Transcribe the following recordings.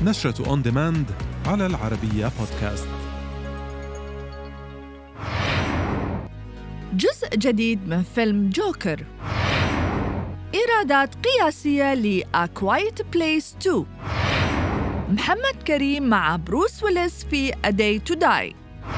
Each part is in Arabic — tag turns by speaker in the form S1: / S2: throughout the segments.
S1: نشرة أون ديماند على العربية بودكاست.
S2: جزء جديد من فيلم جوكر. إيرادات قياسية ل A Quiet Place 2. محمد كريم مع بروس ويلس في A Day to Die.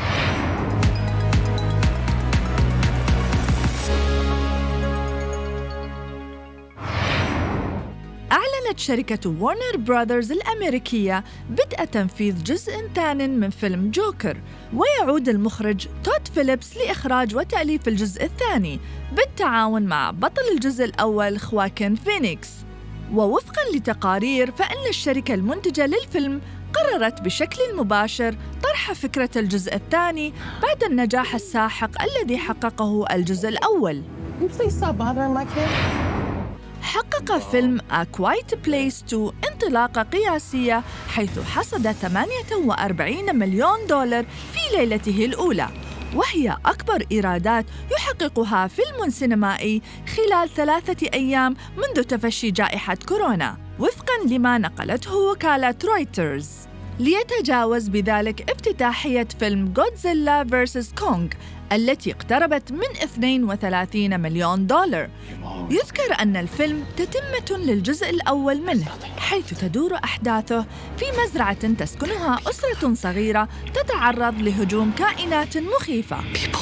S2: أعلنت شركة وارنر براذرز الأمريكية بدء تنفيذ جزء ثان من فيلم جوكر، ويعود المخرج تود فيليبس لإخراج وتأليف الجزء الثاني بالتعاون مع بطل الجزء الأول خواكين فينيكس. ووفقاً لتقارير فإن الشركة المنتجة للفيلم قررت بشكل مباشر طرح فكرة الجزء الثاني بعد النجاح الساحق الذي حققه الجزء الأول. حقق فيلم A Quiet Place 2 انطلاقة قياسية حيث حصد $48 مليون في ليلته الأولى، وهي أكبر إيرادات يحققها فيلم سينمائي خلال 3 أيام منذ تفشي جائحة كورونا، وفقاً لما نقلته وكالة رويترز، ليتجاوز بذلك افتتاحية فيلم غودزيلا vs كونغ التي اقتربت من $32 مليون. يذكر أن الفيلم تتمة للجزء الأول منه، حيث تدور أحداثه في مزرعة تسكنها أسرة صغيرة تتعرض لهجوم كائنات مخيفة.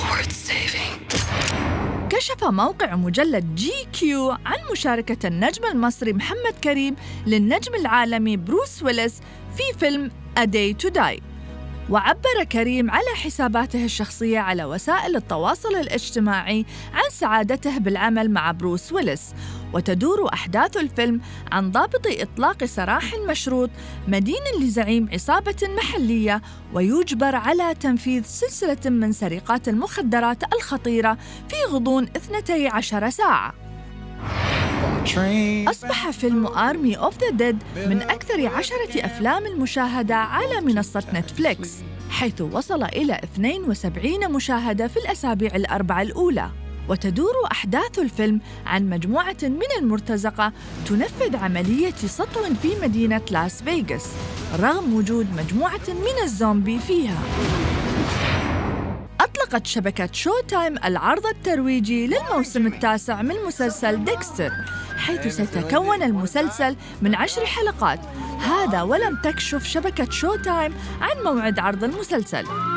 S2: كشف موقع مجلة GQ عن مشاركة النجم المصري محمد كريم للنجم العالمي بروس ويلس في فيلم A Day to Die. وعبر كريم على حساباته الشخصية على وسائل التواصل الاجتماعي عن سعادته بالعمل مع بروس ويلس. وتدور أحداث الفيلم عن ضابط إطلاق سراح مشروط مدين لزعيم عصابة محلية، ويجبر على تنفيذ سلسلة من سرقات المخدرات الخطيرة في غضون 12 ساعة. أصبح فيلم Army of the Dead من أكثر 10 أفلام المشاهدة على منصة نتفليكس، حيث وصل إلى 72 مشاهدة في الأسابيع ال4 الأولى. وتدور أحداث الفيلم عن مجموعة من المرتزقة تنفذ عملية سطو في مدينة لاس فيغاس رغم وجود مجموعة من الزومبي فيها. أطلقت شبكة شو تايم العرض الترويجي للموسم التاسع من مسلسل ديكستر، حيث سيتكون المسلسل من 10 حلقات، هذا ولم تكشف شبكة شو تايم عن موعد عرض المسلسل.